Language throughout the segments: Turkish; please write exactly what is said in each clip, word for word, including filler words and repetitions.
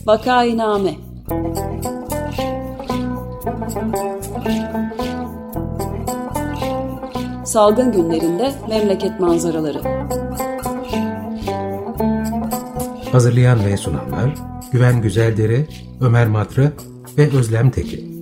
Vakainame. Salgın günlerinde memleket manzaraları. Hazırlayan ve sunanlar Güven Güzeldere, Ömer Madra ve Özlem Tekin.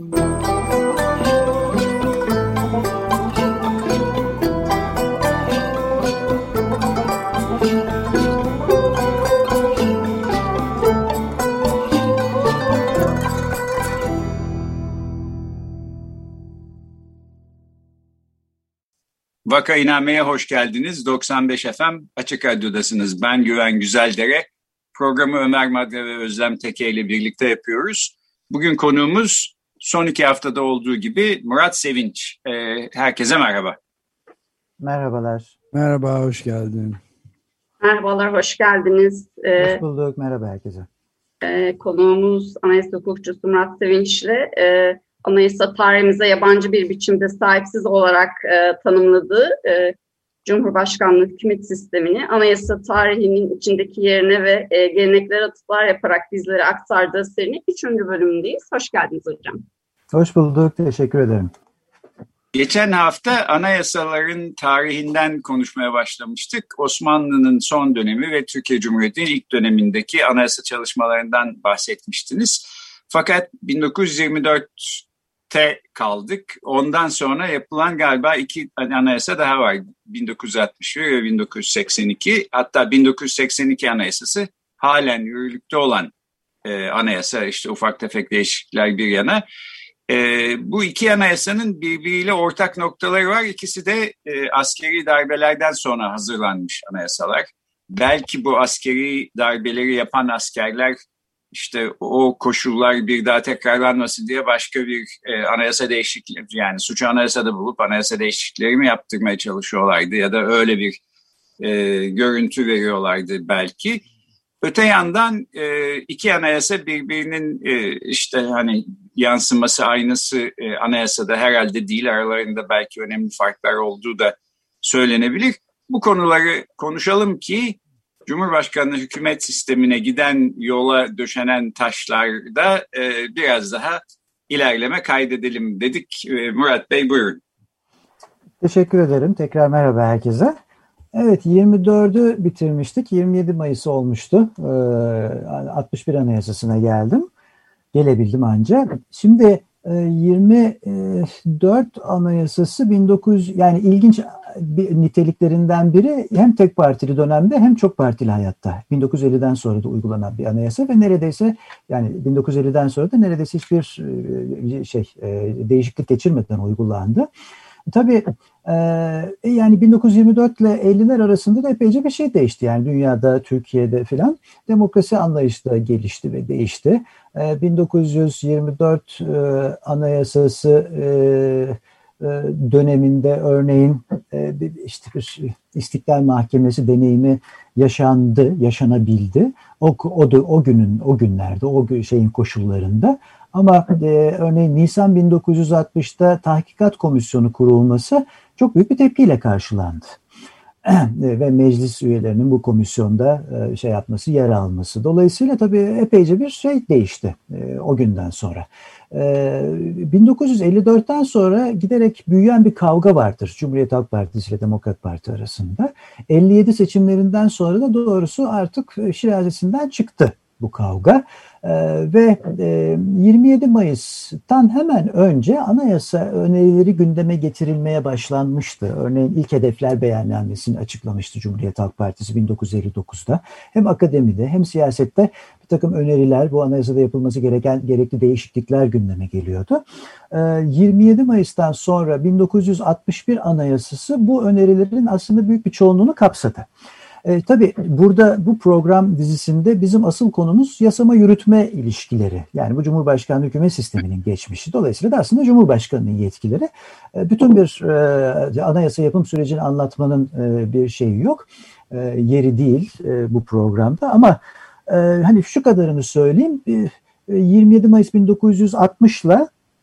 Vakainame'ye hoş geldiniz. doksan beş F M Açık Radyo'dasınız. Ben Güven Güzeldere. Programı Ömer Madre ve Özlem Teke ile birlikte yapıyoruz. Bugün konuğumuz son iki haftada olduğu gibi Murat Sevinç. Ee, herkese merhaba. Merhabalar. Merhaba, hoş geldin. Merhabalar, hoş geldiniz. Ee, hoş bulduk, merhaba herkese. E, konuğumuz Anayasa Hukukçusu Murat Sevinç ile e, Anayasa tarihimize yabancı bir biçimde sahipsiz olarak e, tanımladığı e, Cumhurbaşkanlığı hükümet sistemini anayasa tarihinin içindeki yerine ve e, geleneklere atıflar yaparak bizlere aktardığı serinin üçüncü bölümündeyiz. Hoş geldiniz hocam. Hoş bulduk, teşekkür ederim. Geçen hafta anayasaların tarihinden konuşmaya başlamıştık. Osmanlı'nın son dönemi ve Türkiye Cumhuriyeti'nin ilk dönemindeki anayasa çalışmalarından bahsetmiştiniz. Fakat bin dokuz yüz yirmi dörtte kaldık. Ondan sonra yapılan galiba iki anayasa daha var. bin dokuz yüz altmış bir ve bin dokuz yüz seksen iki. Hatta bin dokuz yüz seksen iki anayasası halen yürürlükte olan e, anayasa, işte ufak tefek değişiklikler bir yana. E, bu iki anayasanın birbiriyle ortak noktaları var. İkisi de e, askeri darbelerden sonra hazırlanmış anayasalar. Belki bu askeri darbeleri yapan askerler işte o koşullar bir daha tekrarlanmasın diye başka bir e, anayasa değişikliği, yani suçu anayasada bulup anayasa değişiklikleri mi yaptırmaya çalışıyorlardı ya da öyle bir e, görüntü veriyorlardı belki. Öte yandan e, iki anayasa birbirinin e, işte hani yansıması, aynısı e, anayasada herhalde değil, aralarında belki önemli farklar olduğu da söylenebilir. Bu konuları konuşalım ki Cumhurbaşkanlığı hükümet sistemine giden yola döşenen taşlarda e, biraz daha ilerleme kaydedelim dedik. E, Murat Bey, buyurun. Teşekkür ederim. Tekrar merhaba herkese. Evet, yirmi dördü bitirmiştik. yirmi yedi Mayıs olmuştu. E, altmış bir Anayasası'na geldim. Gelebildim ancak. Şimdi e, yirmi dört Anayasası bin dokuz yüz, yani ilginç bir niteliklerinden biri hem tek partili dönemde hem çok partili hayatta. bin dokuz yüz elliden sonra da uygulanan bir anayasa ve neredeyse yani bin dokuz yüz elliden sonra da neredeyse hiçbir şey değişiklik geçirmeden uygulandı. Tabii e, yani bin dokuz yüz yirmi dört ile elliler arasında da epeyce bir şey değişti. Yani dünyada, Türkiye'de filan demokrasi anlayışı da gelişti ve değişti. E, bin dokuz yüz yirmi dört e, Anayasası e, e, döneminde örneğin e, işte bir İstiklal Mahkemesi deneyimi yaşandı, yaşanabildi. O o, o günün o günlerde, o şeyin koşullarında. Ama e, örneğin Nisan bin dokuz yüz altmışta Tahkikat Komisyonu kurulması çok büyük bir tepkiyle karşılandı. Ve meclis üyelerinin bu komisyonda e, şey yapması, yer alması. Dolayısıyla tabii epeyce bir şey değişti e, o günden sonra. E, bin dokuz yüz elli dörtten sonra giderek büyüyen bir kavga vardır Cumhuriyet Halk Partisi ile Demokrat Parti arasında. elli yedi seçimlerinden sonra da doğrusu artık şirazesinden çıktı bu kavga. Ee, ve e, yirmi yedi Mayıs'tan hemen önce anayasa önerileri gündeme getirilmeye başlanmıştı. Örneğin ilk hedefler beyannamesini açıklamıştı Cumhuriyet Halk Partisi bin dokuz yüz elli dokuzda. Hem akademide hem siyasette bir takım öneriler, bu anayasada yapılması gereken gerekli değişiklikler gündeme geliyordu. Ee, yirmi yedi Mayıs'tan sonra bin dokuz yüz altmış bir Anayasası bu önerilerin aslında büyük bir çoğunluğunu kapsadı. E, tabii burada bu program dizisinde bizim asıl konumuz yasama yürütme ilişkileri. Yani bu Cumhurbaşkanlığı hükümet sisteminin geçmişi. Dolayısıyla da aslında Cumhurbaşkanı'nın yetkileri. E, bütün bir e, anayasa yapım sürecini anlatmanın e, bir şeyi yok. E, yeri değil e, bu programda. Ama e, hani şu kadarını söyleyeyim. E, yirmi yedi Mayıs bin dokuz yüz altmışla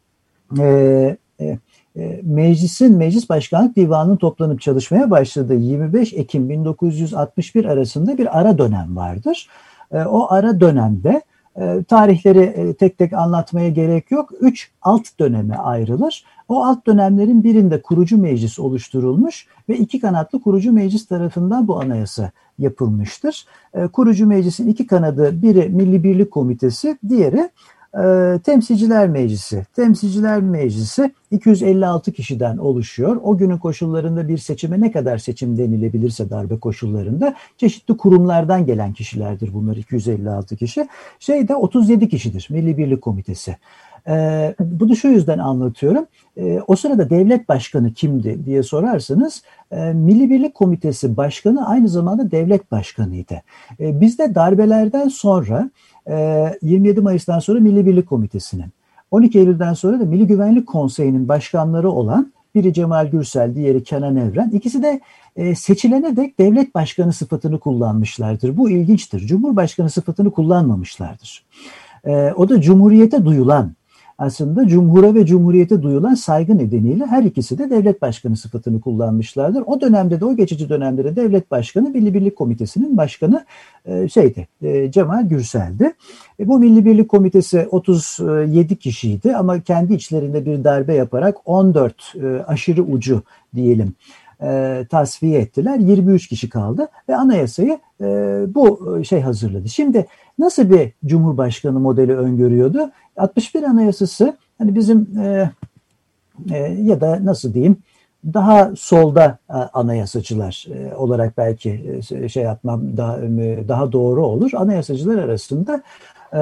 e, e, Meclisin, Meclis Başkanlık Divanı'nın toplanıp çalışmaya başladığı yirmi beş Ekim bin dokuz yüz altmış bir arasında bir ara dönem vardır. O ara dönemde E, tarihleri e, tek tek anlatmaya gerek yok. Üç alt döneme ayrılır. O alt dönemlerin birinde kurucu meclis oluşturulmuş ve iki kanatlı kurucu meclis tarafından bu anayasa yapılmıştır. E, kurucu meclisin iki kanadı, biri Milli Birlik Komitesi, diğeri e, Temsilciler Meclisi. Temsilciler Meclisi iki yüz elli altı kişiden oluşuyor. O günün koşullarında bir seçime ne kadar seçim denilebilirse darbe koşullarında çeşitli kurumlardan gelen kişilerdir bunlar, iki yüz elli altı kişi. Şeyde otuz yedi kişidir Milli Birlik Komitesi. Ee, bunu şu yüzden anlatıyorum. Ee, o sırada devlet başkanı kimdi diye sorarsanız e, Milli Birlik Komitesi başkanı aynı zamanda devlet başkanıydı. Ee, bizde darbelerden sonra e, yirmi yedi Mayıs'tan sonra Milli Birlik Komitesi'nin, on iki Eylül'den sonra da Milli Güvenlik Konseyi'nin başkanları olan biri Cemal Gürsel, diğeri Kenan Evren, ikisi de e, seçilene dek devlet başkanı sıfatını kullanmışlardır. Bu ilginçtir. Cumhurbaşkanı sıfatını kullanmamışlardır. E, o da Cumhuriyete duyulan, aslında Cumhur'a ve Cumhuriyete duyulan saygı nedeniyle her ikisi de devlet başkanı sıfatını kullanmışlardır. O dönemde de, o geçici dönemde de devlet başkanı Milli Birlik Komitesi'nin başkanı e, şeydi, e, Cemal Gürsel'di. E, bu Milli Birlik Komitesi otuz yedi kişiydi ama kendi içlerinde bir darbe yaparak on dört e, aşırı ucu diyelim e, tasfiye ettiler. yirmi üç kişi kaldı ve anayasayı e, bu şey hazırladı. Şimdi nasıl bir Cumhurbaşkanı modeli öngörüyordu? altmış bir Anayasası hani bizim e, e, ya da nasıl diyeyim daha solda e, anayasacılar e, olarak belki e, şey yapmam daha e, daha doğru olur. Anayasacılar arasında e,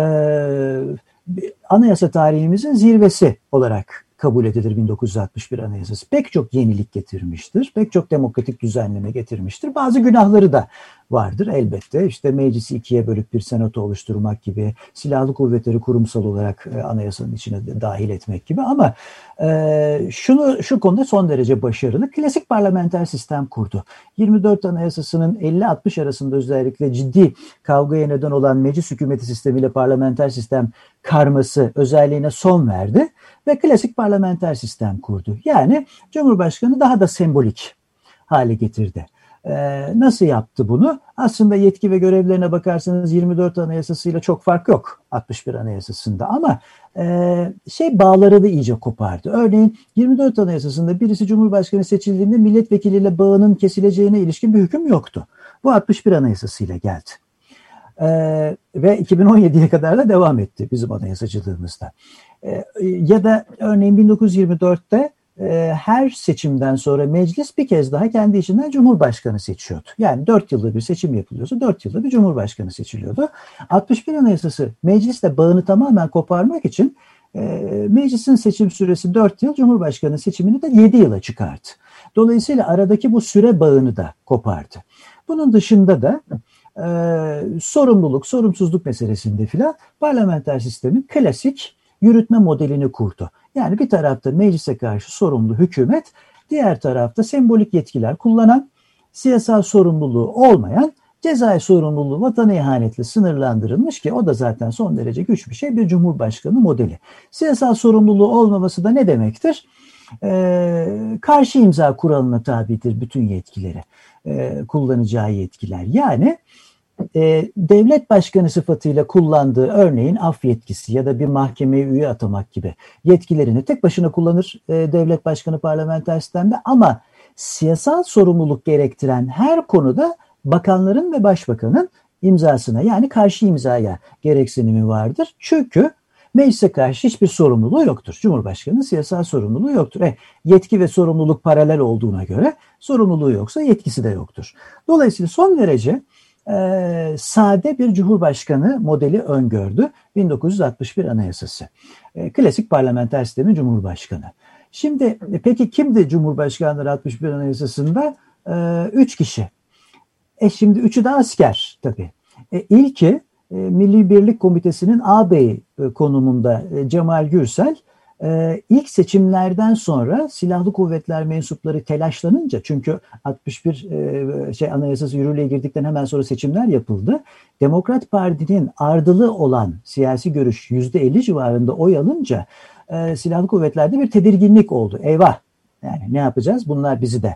anayasa tarihimizin zirvesi olarak kabul edilir bin dokuz yüz altmış bir Anayasası. Pek çok yenilik getirmiştir. Pek çok demokratik düzenleme getirmiştir. Bazı günahları da vardır elbette. İşte meclisi ikiye bölüp bir senato oluşturmak gibi, silahlı kuvvetleri kurumsal olarak e, anayasanın içine de dahil etmek gibi, ama e, şunu şu konuda son derece başarılı. Klasik parlamenter sistem kurdu. yirmi dört Anayasası'nın elli altmış arasında özellikle ciddi kavgaya neden olan meclis hükümeti sistemiyle parlamenter sistem karması özelliğine son verdi ve klasik parlamenter sistem kurdu. Yani Cumhurbaşkanı daha da sembolik hale getirdi. Ee, nasıl yaptı bunu? Aslında yetki ve görevlerine bakarsanız yirmi dört Anayasası'yla çok fark yok altmış bir Anayasası'nda, ama e, şey bağları da iyice kopardı. Örneğin yirmi dört Anayasası'nda birisi Cumhurbaşkanı seçildiğinde milletvekiliyle bağının kesileceğine ilişkin bir hüküm yoktu. Bu altmış bir Anayasası'yla geldi. Ee, ve iki bin on yediye kadar da devam etti bizim anayasacılığımızda. Ee, ya da örneğin bin dokuz yüz yirmi dörtte e, her seçimden sonra meclis bir kez daha kendi içinden Cumhurbaşkanı seçiyordu. Yani dört yılda bir seçim yapılıyorsa dört yılda bir Cumhurbaşkanı seçiliyordu. altmış bir Anayasası meclisle bağını tamamen koparmak için e, meclisin seçim süresi dört yıl, Cumhurbaşkanı seçimini de yedi yıla çıkardı. Dolayısıyla aradaki bu süre bağını da kopardı. Bunun dışında da Ee, sorumluluk, sorumsuzluk meselesinde filan parlamenter sistemin klasik yürütme modelini kurdu. Yani bir tarafta meclise karşı sorumlu hükümet, diğer tarafta sembolik yetkiler kullanan, siyasal sorumluluğu olmayan, cezai sorumluluğu vatana ihanetle sınırlandırılmış ki o da zaten son derece güç bir şey, bir cumhurbaşkanı modeli. Siyasal sorumluluğu olmaması da ne demektir? Ee, karşı imza kuralına tabidir bütün yetkileri, e, kullanacağı yetkiler. Yani e, devlet başkanı sıfatıyla kullandığı örneğin af yetkisi ya da bir mahkemeye üye atamak gibi yetkilerini tek başına kullanır e, devlet başkanı parlamenter sistemde, ama siyasal sorumluluk gerektiren her konuda bakanların ve başbakanın imzasına, yani karşı imzaya gereksinimi vardır. Çünkü meclise karşı hiçbir sorumluluğu yoktur. Cumhurbaşkanının siyasal sorumluluğu yoktur. E, yetki ve sorumluluk paralel olduğuna göre sorumluluğu yoksa yetkisi de yoktur. Dolayısıyla son derece e, sade bir Cumhurbaşkanı modeli öngördü bin dokuz yüz altmış bir Anayasası. E, klasik parlamenter sistemin Cumhurbaşkanı. Şimdi e, peki kimdi Cumhurbaşkanları altmış bir Anayasası'nda? E, üç kişi. E şimdi üçü de asker tabii. E, ilki Milli Birlik Komitesi'nin ağabey konumunda Cemal Gürsel, ilk seçimlerden sonra silahlı kuvvetler mensupları telaşlanınca, çünkü altmış bir şey anayasası yürürlüğe girdikten hemen sonra seçimler yapıldı. Demokrat Parti'nin ardılı olan siyasi görüş yüzde elli civarında oy alınca silahlı kuvvetlerde bir tedirginlik oldu. Eyvah! Yani ne yapacağız? Bunlar bizi de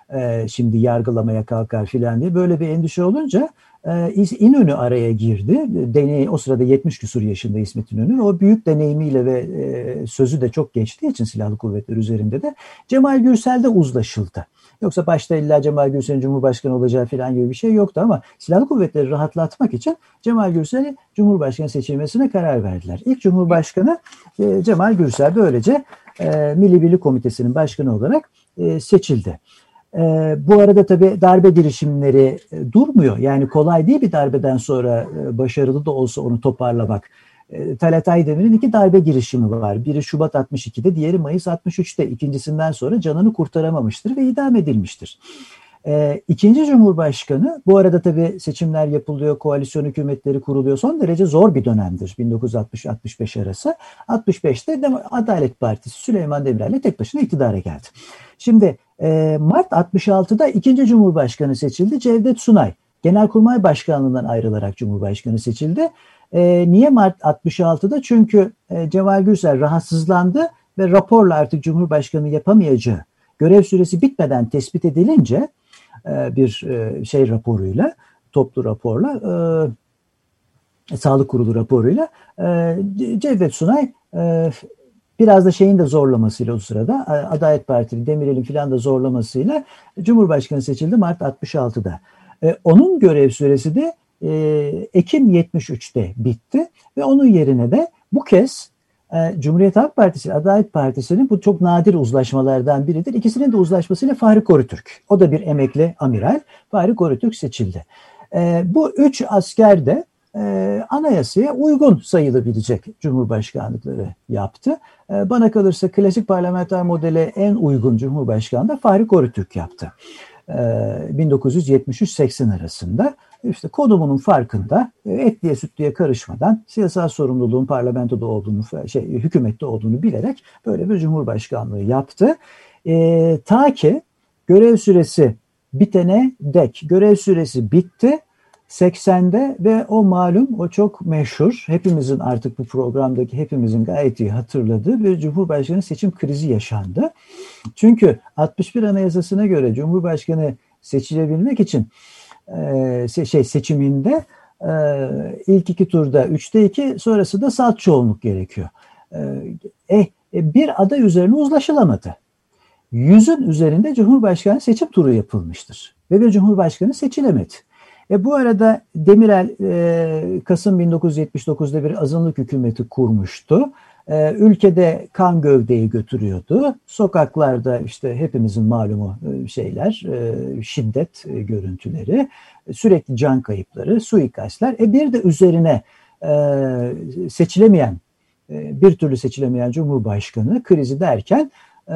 e, şimdi yargılamaya kalkar filan diye böyle bir endişe olunca e, İnönü araya girdi. Deney, o sırada yetmiş küsur yaşında İsmet İnönü. O büyük deneyimiyle ve e, sözü de çok geçtiği için silahlı kuvvetler üzerinde de Cemal Gürsel'de uzlaşıldı. Yoksa başta illa Cemal Gürsel'in Cumhurbaşkanı olacağı falan gibi bir şey yoktu ama silahlı kuvvetleri rahatlatmak için Cemal Gürsel'i Cumhurbaşkanı seçilmesine karar verdiler. İlk Cumhurbaşkanı e, Cemal Gürsel böylece e, Milli Birlik Komitesi'nin başkanı olarak e, seçildi. E, bu arada tabii darbe girişimleri e, durmuyor. Yani kolay değil bir darbeden sonra e, başarılı da olsa onu toparlamak. Talat Aydemir'in iki darbe girişimi var. Biri Şubat altmış ikide, diğeri Mayıs altmış üçte. İkincisinden sonra canını kurtaramamıştır ve idam edilmiştir. Ee, ikinci Cumhurbaşkanı, bu arada tabii seçimler yapılıyor, koalisyon hükümetleri kuruluyor. Son derece zor bir dönemdir bin dokuz yüz altmış altmış beş arası. altmış beşte Adalet Partisi Süleyman Demirel'le tek başına iktidara geldi. Şimdi e, Mart altmış altıda ikinci Cumhurbaşkanı seçildi. Cevdet Sunay, Genelkurmay Başkanlığından ayrılarak Cumhurbaşkanı seçildi. E, niye Mart altmış altıda? Çünkü e, Cemal Gürsel rahatsızlandı ve raporla artık Cumhurbaşkanı yapamayacağı görev süresi bitmeden tespit edilince e, bir e, şey raporuyla, toplu raporla, e, Sağlık Kurulu raporuyla e, Cevdet Sunay e, biraz da şeyin de zorlamasıyla o sırada Adalet Partili Demirel'in filan da zorlamasıyla Cumhurbaşkanı seçildi Mart altmış altıda. E, onun görev süresi de e, Ekim yetmiş üçte bitti ve onun yerine de bu kez e, Cumhuriyet Halk Partisi, Adalet Partisi'nin bu çok nadir uzlaşmalardan biridir. İkisinin de uzlaşmasıyla Fahri Korutürk, o da bir emekli amiral, Fahri Korutürk seçildi. E, bu üç asker de e, anayasaya uygun sayılabilecek cumhurbaşkanlıkları yaptı. E, bana kalırsa klasik parlamenter modele en uygun cumhurbaşkanı da Fahri Korutürk yaptı. bin dokuz yüz yetmiş üç seksen arasında işte konumunun farkında, etliye sütlüye karışmadan siyasal sorumluluğun parlamentoda olduğunu, şey, hükümette olduğunu bilerek böyle bir cumhurbaşkanlığı yaptı. E, ta ki görev süresi bitene dek, görev süresi bitti seksende ve o malum, o çok meşhur, hepimizin artık bu programdaki hepimizin gayet iyi hatırladığı bir Cumhurbaşkanı seçim krizi yaşandı. Çünkü altmış bir Anayasası'na göre Cumhurbaşkanı seçilebilmek için e, şey seçiminde e, ilk iki turda üçte iki, sonrası da salt çoğunluk gerekiyor. E, e, bir aday üzerine uzlaşılamadı. Yüzün üzerinde Cumhurbaşkanı seçim turu yapılmıştır ve bir Cumhurbaşkanı seçilemedi. E bu arada Demirel e, Kasım bin dokuz yüz yetmiş dokuzda bir azınlık hükümeti kurmuştu. E, ülkede kan gövdeyi götürüyordu. Sokaklarda işte hepimizin malumu e, şeyler, e, şiddet e, görüntüleri, sürekli can kayıpları, suikastler. E bir de üzerine e, seçilemeyen, e, bir türlü seçilemeyen Cumhurbaşkanı krizi derken e,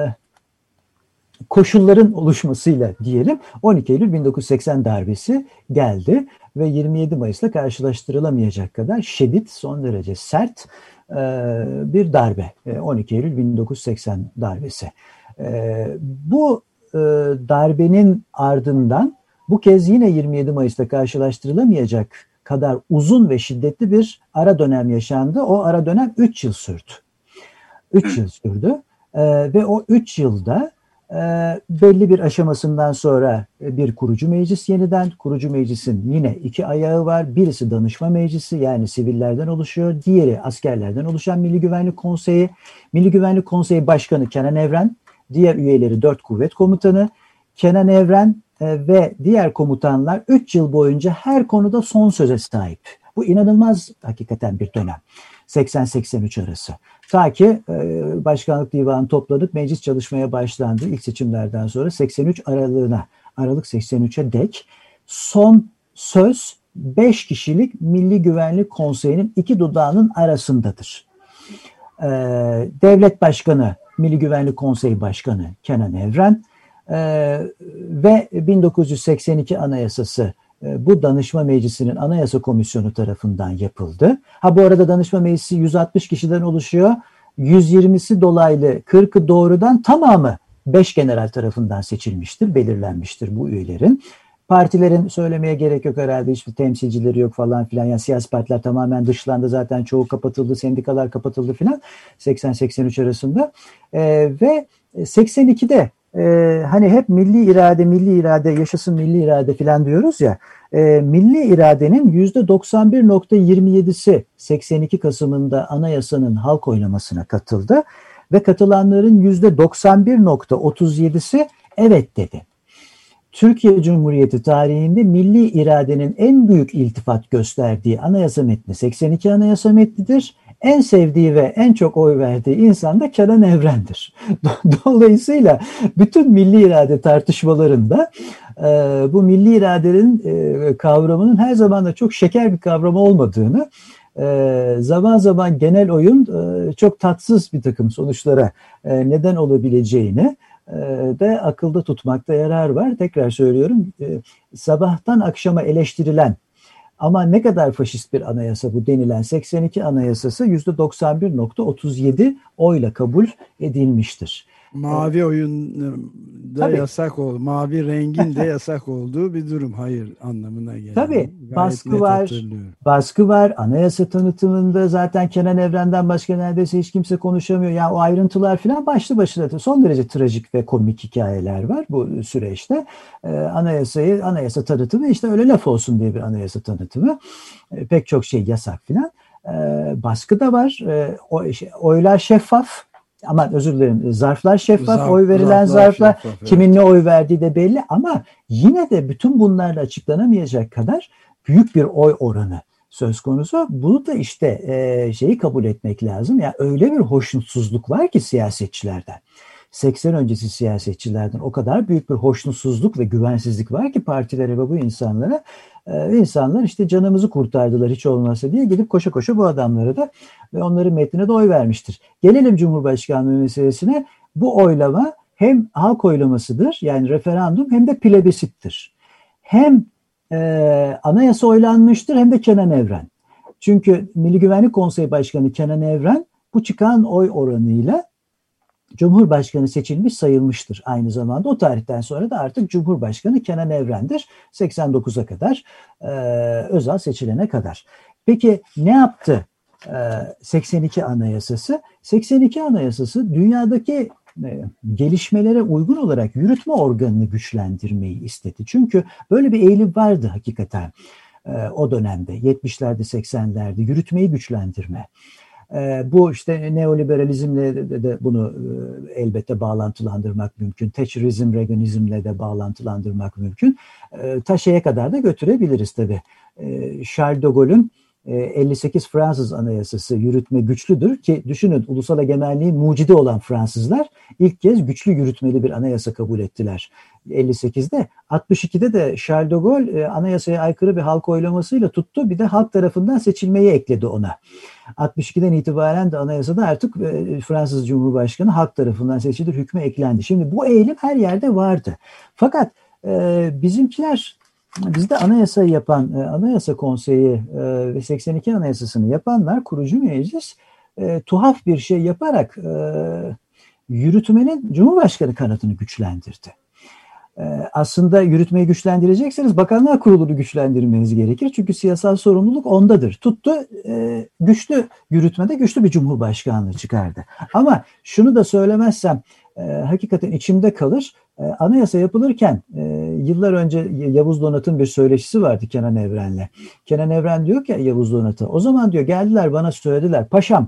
koşulların oluşmasıyla diyelim on iki Eylül bin dokuz yüz seksen darbesi geldi ve yirmi yedi Mayıs'la karşılaştırılamayacak kadar şiddet, son derece sert bir darbe. on iki Eylül bin dokuz yüz seksen darbesi. Bu darbenin ardından bu kez yine yirmi yedi Mayıs'ta karşılaştırılamayacak kadar uzun ve şiddetli bir ara dönem yaşandı. O ara dönem üç yıl sürdü. üç yıl sürdü ve o üç yılda belli bir aşamasından sonra bir kurucu meclis yeniden, kurucu meclisin yine iki ayağı var. Birisi danışma meclisi, yani sivillerden oluşuyor. Diğeri askerlerden oluşan Milli Güvenlik Konseyi. Milli Güvenlik Konseyi Başkanı Kenan Evren, diğer üyeleri dört kuvvet komutanı. Kenan Evren ve diğer komutanlar üç yıl boyunca her konuda son söze sahip. Bu inanılmaz hakikaten bir dönem. seksen seksen üç arası. Ta ki e, Başkanlık Divanı toplanıp meclis çalışmaya başlandı ilk seçimlerden sonra seksen üç aralığına, Aralık seksen üçe dek son söz beş kişilik Milli Güvenlik Konseyi'nin iki dudağının arasındadır. E, Devlet Başkanı, Milli Güvenlik Konseyi Başkanı Kenan Evren e, ve bin dokuz yüz seksen iki Anayasası bu danışma meclisinin Anayasa Komisyonu tarafından yapıldı. Ha bu arada danışma meclisi yüz altmış kişiden oluşuyor. yüz yirmisi dolaylı, kırkı doğrudan, tamamı beş general tarafından seçilmiştir, belirlenmiştir bu üyelerin. Partilerin söylemeye gerek yok herhalde, hiçbir temsilcileri yok falan filan. Yani siyasi partiler tamamen dışlandı zaten, çoğu kapatıldı, sendikalar kapatıldı filan seksen seksen üç arasında. Ee, ve seksen ikide e, hani hep milli irade, milli irade, yaşasın milli irade falan diyoruz ya. E, milli iradenin yüzde doksan bir nokta yirmi yedisi seksen iki Kasım'ında anayasanın halk oylamasına katıldı ve katılanların yüzde doksan bir nokta otuz yedisi evet dedi. Türkiye Cumhuriyeti tarihinde milli iradenin en büyük iltifat gösterdiği anayasa metni seksen iki anayasa metnidir. En sevdiği ve en çok oy verdiği insan da Kenan Evren'dir. Dolayısıyla bütün milli irade tartışmalarında e, bu milli iradenin e, kavramının her zaman da çok şeker bir kavram olmadığını, e, zaman zaman genel oyun e, çok tatsız bir takım sonuçlara e, neden olabileceğini de akılda tutmakta yarar var. Tekrar söylüyorum, sabahtan akşama eleştirilen ama ne kadar faşist bir anayasa bu denilen seksen iki anayasası yüzde doksan bir nokta otuz yedi oyla kabul edilmiştir. Mavi oyun da Tabii. yasak oldu. Mavi rengin de yasak olduğu bir durum. Hayır anlamına geliyor. Tabii. Gayet Baskı var. Baskı var. Anayasa tanıtımında zaten Kenan Evren'den başka neredeyse hiç kimse konuşamıyor. Yani o ayrıntılar falan başlı başına son derece trajik ve komik hikayeler var bu süreçte. Ee, anayasayı, anayasa tanıtımı işte öyle laf olsun diye bir anayasa tanıtımı. Ee, pek çok şey yasak falan. Ee, baskı da var. Ee, o, şey, oylar şeffaf. Aman özür dilerim, zarflar şeffaf, Zarf, oy verilen zarflar, zarflar şeffaf, evet. Kimin ne oy verdiği de belli ama yine de bütün bunlarla açıklanamayacak kadar büyük bir oy oranı söz konusu. Bunu da işte e, şeyi kabul etmek lazım. Yani öyle bir hoşnutsuzluk var ki siyasetçilerden. seksen öncesi siyasetçilerden o kadar büyük bir hoşnutsuzluk ve güvensizlik var ki partilere ve bu insanlara. Ee, insanlar işte canımızı kurtardılar hiç olmazsa diye gidip koşa koşa bu adamlara da ve onların metnine de oy vermiştir. Gelelim Cumhurbaşkanlığı meselesine. Bu oylama hem halk oylamasıdır yani referandum hem de plebisittir. Hem e, anayasa oylanmıştır hem de Kenan Evren. Çünkü Milli Güvenlik Konseyi Başkanı Kenan Evren bu çıkan oy oranıyla Cumhurbaşkanı seçilmiş sayılmıştır aynı zamanda. O tarihten sonra da artık Cumhurbaşkanı Kenan Evren'dir. seksen dokuza kadar, e, Özal seçilene kadar. Peki ne yaptı e, seksen iki Anayasası? seksen iki Anayasası dünyadaki e, gelişmelere uygun olarak yürütme organını güçlendirmeyi istedi. Çünkü böyle bir eğilim vardı hakikaten e, o dönemde. yetmişlerde, seksenlerde yürütmeyi güçlendirme. Bu işte neoliberalizmle de, de bunu elbette bağlantılandırmak mümkün. Thatcherizm, Reaganizmle de bağlantılandırmak mümkün. Ta şeye kadar da götürebiliriz tabii. Charles de Gaulle'ün elli sekiz Fransız Anayasası yürütme güçlüdür ki düşünün ulusal egemenliğin mucidi olan Fransızlar ilk kez güçlü yürütmeli bir anayasa kabul ettiler. elli sekizde altmış ikide de Charles de Gaulle anayasaya aykırı bir halk oylamasıyla tuttu. Bir de halk tarafından seçilmeyi ekledi ona. altmış ikiden itibaren de anayasada artık Fransız Cumhurbaşkanı halk tarafından seçilir, hükme eklendi. Şimdi bu eğilim her yerde vardı. Fakat e, bizimkiler, bizde anayasayı yapan, e, Anayasa Konseyi e, ve seksen iki Anayasasını yapanlar, kurucu meclis e, tuhaf bir şey yaparak e, yürütmenin Cumhurbaşkanı kanadını güçlendirdi. Aslında yürütmeyi güçlendirecekseniz Bakanlar Kurulu'nu güçlendirmeniz gerekir. Çünkü siyasal sorumluluk ondadır. Tuttu güçlü yürütmede güçlü bir cumhurbaşkanlığı çıkardı. Ama şunu da söylemezsem hakikaten içimde kalır. Anayasa yapılırken yıllar önce Yavuz Donat'ın bir söyleşisi vardı Kenan Evren'le. Kenan Evren diyor ki Yavuz Donat'a, o zaman diyor geldiler bana söylediler, paşam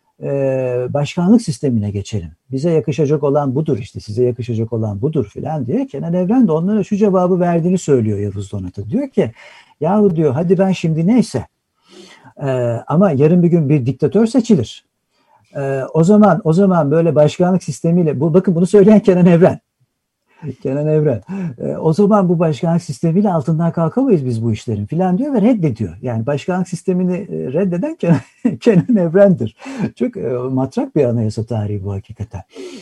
başkanlık sistemine geçelim. Bize yakışacak olan budur işte, size yakışacak olan budur filan diye. Kenan Evren de onlara şu cevabı verdiğini söylüyor Yavuz Donat'a. Diyor ki yahu diyor hadi ben şimdi neyse ee, ama yarın bir gün bir diktatör seçilir. Ee, o zaman o zaman böyle başkanlık sistemiyle, bu bakın bunu söyleyen Kenan Evren. Kenan Evren. E, o zaman bu başkanlık sistemiyle altından kalkamayız biz bu işlerin filan diyor ve reddediyor. Yani başkanlık sistemini reddeden Kenan, Kenan Evren'dir. Çok e, matrak bir anayasa tarihi bu hakikaten.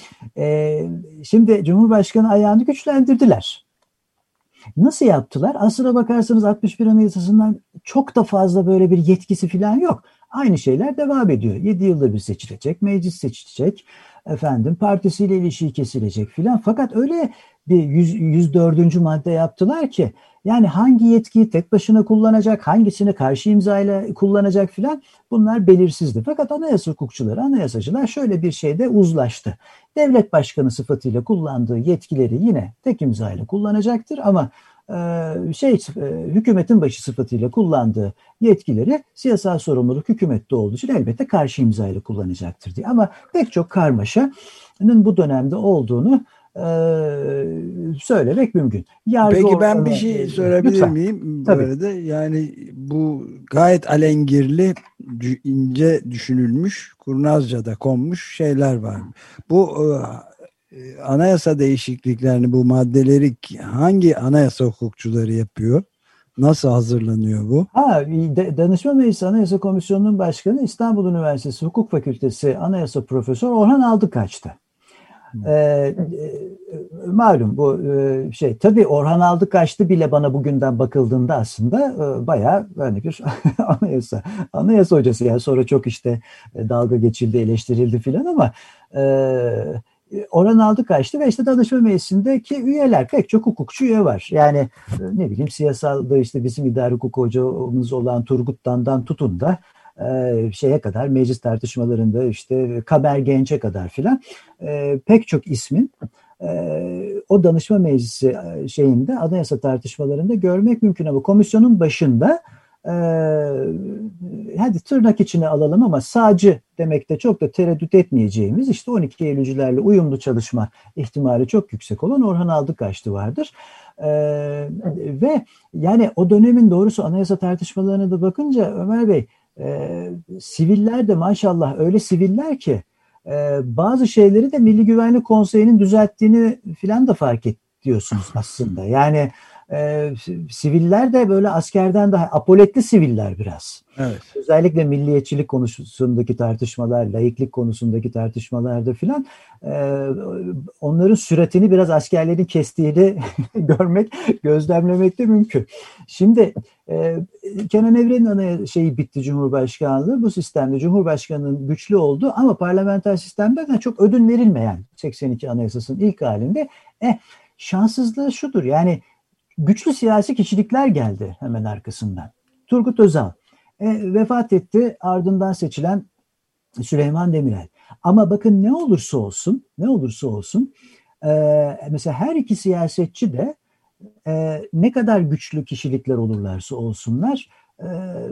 E, şimdi Cumhurbaşkanı ayağını güçlendirdiler. Nasıl yaptılar? Aslına bakarsanız altmış bir Anayasası'ndan çok da fazla böyle bir yetkisi filan yok. Aynı şeyler devam ediyor. yedi yılda bir seçilecek, meclis seçilecek, efendim partisiyle ilişiği kesilecek filan. Fakat öyle bir yüz dördüncü madde yaptılar ki yani hangi yetkiyi tek başına kullanacak, hangisini karşı imzayla kullanacak filan bunlar belirsizdi. Fakat anayasa hukukçuları, anayasacılar şöyle bir şeyde uzlaştı. devlet başkanı sıfatıyla kullandığı yetkileri yine tek imza ile kullanacaktır ama şey hükümetin başı sıfatıyla kullandığı yetkileri siyasal sorumluluk hükümette olduğu için elbette karşı imza ile kullanacaktır diye. Ama pek çok karmaşanın bu dönemde olduğunu söylemek mümkün. Yargı Peki ben ortamı, bir şey sorabilir lütfen. miyim? Bu Tabii. arada yani bu gayet alengirli, ince düşünülmüş, kurnazca da konmuş şeyler var. Bu anayasa değişikliklerini, bu maddeleri hangi anayasa hukukçuları yapıyor? Nasıl hazırlanıyor bu? Ha, Danışma Meclisi Anayasa Komisyonu'nun başkanı İstanbul Üniversitesi Hukuk Fakültesi Anayasa Profesörü Orhan Aldıkaç'tı. Ee, e, malum bu e, şey tabii Orhan Aldıkaç'tı bile bana bugünden bakıldığında aslında e, bayağı hani bir anayasa anayasa hocası, yani sonra çok işte e, dalga geçildi, eleştirildi filan ama e, Orhan Aldıkaç'tı ve işte Danışma Meclisi'ndeki üyeler, pek çok hukukçu üye var. Yani e, ne bileyim siyasalda işte bizim idari hukuk hocamız olan Turgut Dan'dan tutun da Ee, şeye kadar, meclis tartışmalarında işte Kamer Genç'e kadar filan e, pek çok ismin e, o danışma meclisi şeyinde, anayasa tartışmalarında görmek mümkün ama komisyonun başında e, hadi tırnak içine alalım ama sağcı demekte çok da tereddüt etmeyeceğimiz, işte on iki Eylülcülerle uyumlu çalışma ihtimali çok yüksek olan Orhan Aldıkaç'tı vardır. Ee, ve yani o dönemin doğrusu anayasa tartışmalarına da bakınca Ömer Bey, e, siviller de maşallah öyle siviller ki e, bazı şeyleri de Milli Güvenlik Konseyi'nin düzelttiğini filan da fark ediyorsunuz aslında. Yani e, siviller de böyle askerden daha apoletli siviller biraz. Evet. Özellikle milliyetçilik konusundaki tartışmalar, laiklik konusundaki tartışmalarda filan e, onların süratini biraz askerlerin kestiğini görmek, gözlemlemek de mümkün. Şimdi e, Kenan Evren'in ana şeyi bitti, Cumhurbaşkanlığı. Bu sistemde Cumhurbaşkanı'nın güçlü olduğu ama parlamenter sistemden çok ödün verilmeyen seksen iki Anayasası'nın ilk halinde e, şanssızlığı şudur, yani güçlü siyasi kişilikler geldi hemen arkasından. Turgut Özal E, vefat etti, ardından seçilen Süleyman Demirel. Ama bakın ne olursa olsun, ne olursa olsun, e, mesela her iki siyasetçi de e, ne kadar güçlü kişilikler olurlarsa olsunlar, e,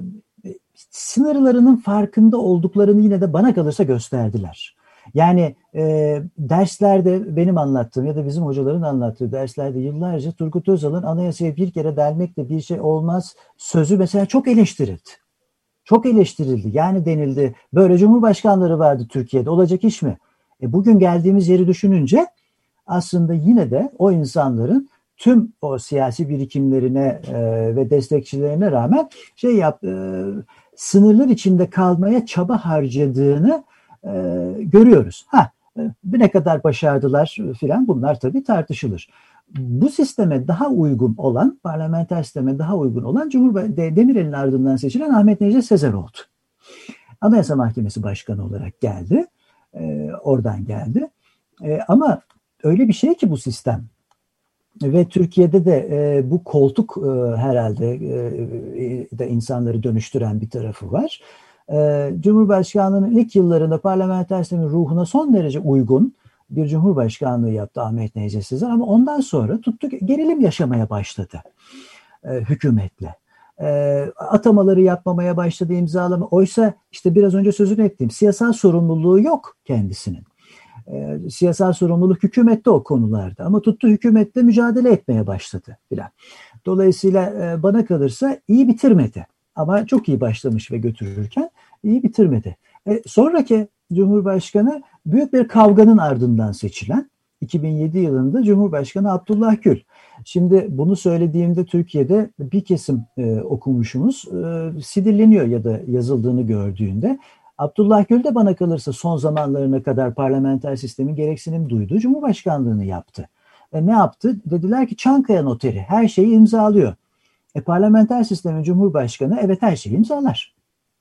sınırlarının farkında olduklarını yine de bana kalırsa gösterdiler. Yani e, derslerde benim anlattığım ya da bizim hocaların anlattığı derslerde yıllarca Turgut Özal'ın anayasaya bir kere delmekle bir şey olmaz sözü mesela çok eleştirildi. Çok eleştirildi. Yani denildi, böyle cumhurbaşkanları vardı Türkiye'de, olacak iş mi? E bugün geldiğimiz yeri düşününce aslında yine de o insanların tüm o siyasi birikimlerine e, ve destekçilerine rağmen şey yap, e, sınırlar içinde kalmaya çaba harcadığını e, görüyoruz. Ha, e, ne kadar başardılar filan, bunlar tabii tartışılır. Bu sisteme daha uygun olan, parlamenter sisteme daha uygun olan Cumhurbaşkanı Demirel'in ardından seçilen Ahmet Necdet Sezer oldu. Anayasa Mahkemesi Başkanı olarak geldi. E, oradan geldi. E, ama öyle bir şey ki bu sistem ve Türkiye'de de e, bu koltuk e, herhalde e, de insanları dönüştüren bir tarafı var. E, Cumhurbaşkanlığının ilk yıllarında parlamenter sistemin ruhuna son derece uygun bir cumhurbaşkanlığı yaptı Ahmet Necdet Sezer ama ondan sonra tuttu gerilim yaşamaya başladı e, hükümetle. E, atamaları yapmamaya başladı, imzalama. Oysa işte biraz önce sözünü ettiğim siyasal sorumluluğu yok kendisinin. E, siyasal sorumluluk hükümette o konularda ama tuttu hükümette mücadele etmeye başladı filan. Dolayısıyla e, bana kalırsa iyi bitirmedi ama çok iyi başlamış ve götürürken iyi bitirmedi. E, sonraki Cumhurbaşkanı büyük bir kavganın ardından seçilen iki bin yedi yılında Cumhurbaşkanı Abdullah Gül. Şimdi bunu söylediğimde Türkiye'de bir kesim e, okumuşumuz e, sinirleniyor ya da yazıldığını gördüğünde. Abdullah Gül de bana kalırsa son zamanlarına kadar parlamenter sistemin gereksinim duyduğu Cumhurbaşkanlığını yaptı. E, ne yaptı? Dediler ki Çankaya noteri her şeyi imzalıyor. E, parlamenter sistemin Cumhurbaşkanı evet her şeyi imzalar.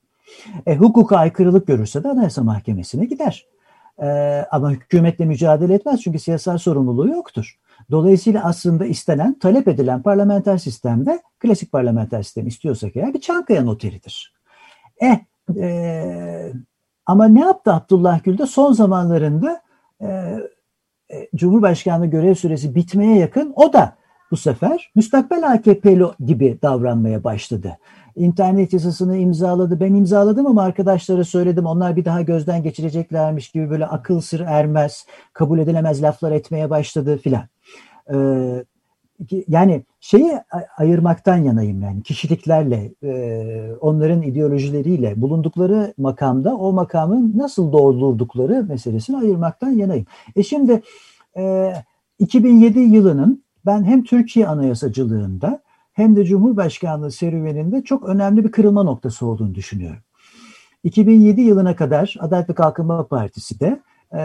E, hukuka aykırılık görürse de Anayasa Mahkemesi'ne gider. E, ama hükümetle mücadele etmez çünkü siyasal sorumluluğu yoktur. Dolayısıyla aslında istenen, talep edilen parlamenter sistemde klasik parlamenter sistemi istiyorsak eğer bir Çankaya noteridir. E, e, ama ne yaptı Abdullah Gül de son zamanlarında e, Cumhurbaşkanlığı görev süresi bitmeye yakın o da bu sefer müstakbel A K P'li gibi davranmaya başladı. İnternet yasasını imzaladı. Ben imzaladım ama arkadaşlara söyledim. Onlar bir daha gözden geçireceklermiş gibi böyle akıl sır ermez, kabul edilemez laflar etmeye başladı filan. Ee, yani şeyi ayırmaktan yanayım yani kişiliklerle, e, onların ideolojileriyle bulundukları makamda o makamın nasıl doldurdukları meselesini ayırmaktan yanayım. E şimdi e, iki bin yedi yılının ben hem Türkiye anayasacılığında hem de Cumhurbaşkanlığı serüveninde çok önemli bir kırılma noktası olduğunu düşünüyorum. iki bin yedi yılına kadar Adalet ve Kalkınma Partisi de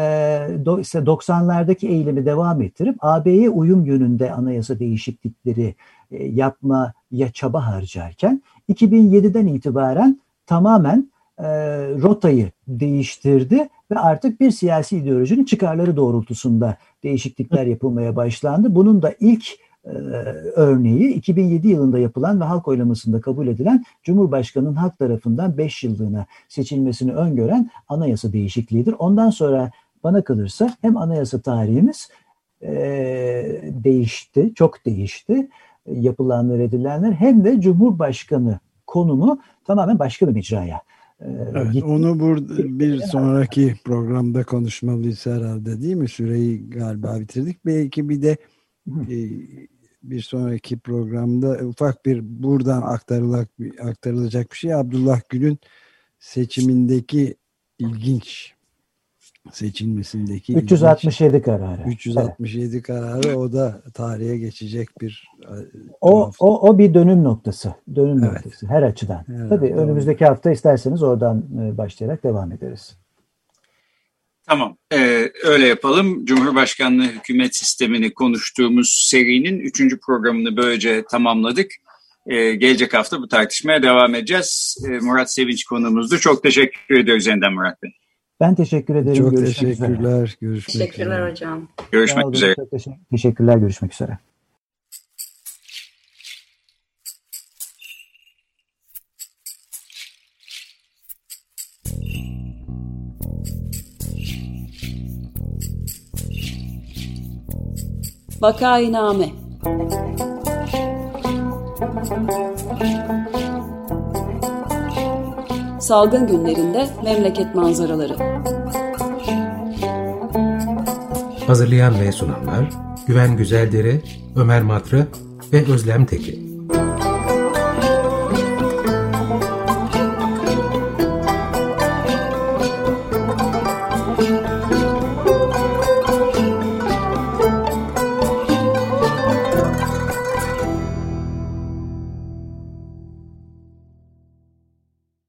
e, doksanlardaki eğilimi devam ettirip A B'ye uyum yönünde anayasa değişiklikleri e, yapmaya çaba harcarken iki bin yediden itibaren tamamen e, rotayı değiştirdi ve artık bir siyasi ideolojinin çıkarları doğrultusunda değişiklikler yapılmaya başlandı. Bunun da ilk e, örneği iki bin yedi yılında yapılan ve halk oylamasında kabul edilen Cumhurbaşkanı'nın halk tarafından beş yıllığına seçilmesini öngören anayasa değişikliğidir. Ondan sonra bana kalırsa hem anayasa tarihimiz e, değişti, çok değişti, yapılanlar edilenler, hem de Cumhurbaşkanı konumu tamamen başka bir mecraya Evet, gitti. Onu burada bir sonraki programda konuşmalıyız herhalde, değil mi? Süreyi galiba bitirdik. Belki bir de e, bir sonraki programda ufak bir buradan aktarılacak, aktarılacak bir şey. Abdullah Gül'ün seçimindeki ilginç seçilmesindeki üç yüz altmış yedi ilginç, kararı. üç yüz altmış yedi evet. kararı, o da tarihe geçecek bir o o o bir dönüm noktası. Dönüm evet. noktası her açıdan. Evet, Tabii doğru. Önümüzdeki hafta isterseniz oradan başlayarak devam ederiz. Tamam, ee, öyle yapalım. Cumhurbaşkanlığı hükümet sistemini konuştuğumuz serinin üçüncü programını böylece tamamladık. Ee, gelecek hafta bu tartışmaya devam edeceğiz. Ee, Murat Sevinç konuğumuzdu. Çok teşekkür ediyoruz yeniden Murat Bey. Ben teşekkür ederim. Çok görüşmek teşekkürler. Üzere. Görüşmek Teşekkürler üzere. hocam. Görüşmek üzere. Teşekkürler. Görüşmek üzere. Vakainame. Salgın günlerinde memleket manzaraları. Hazırlayan ve sunanlar Güven Güzeldere, Ömer Matra ve Özlem Tekin.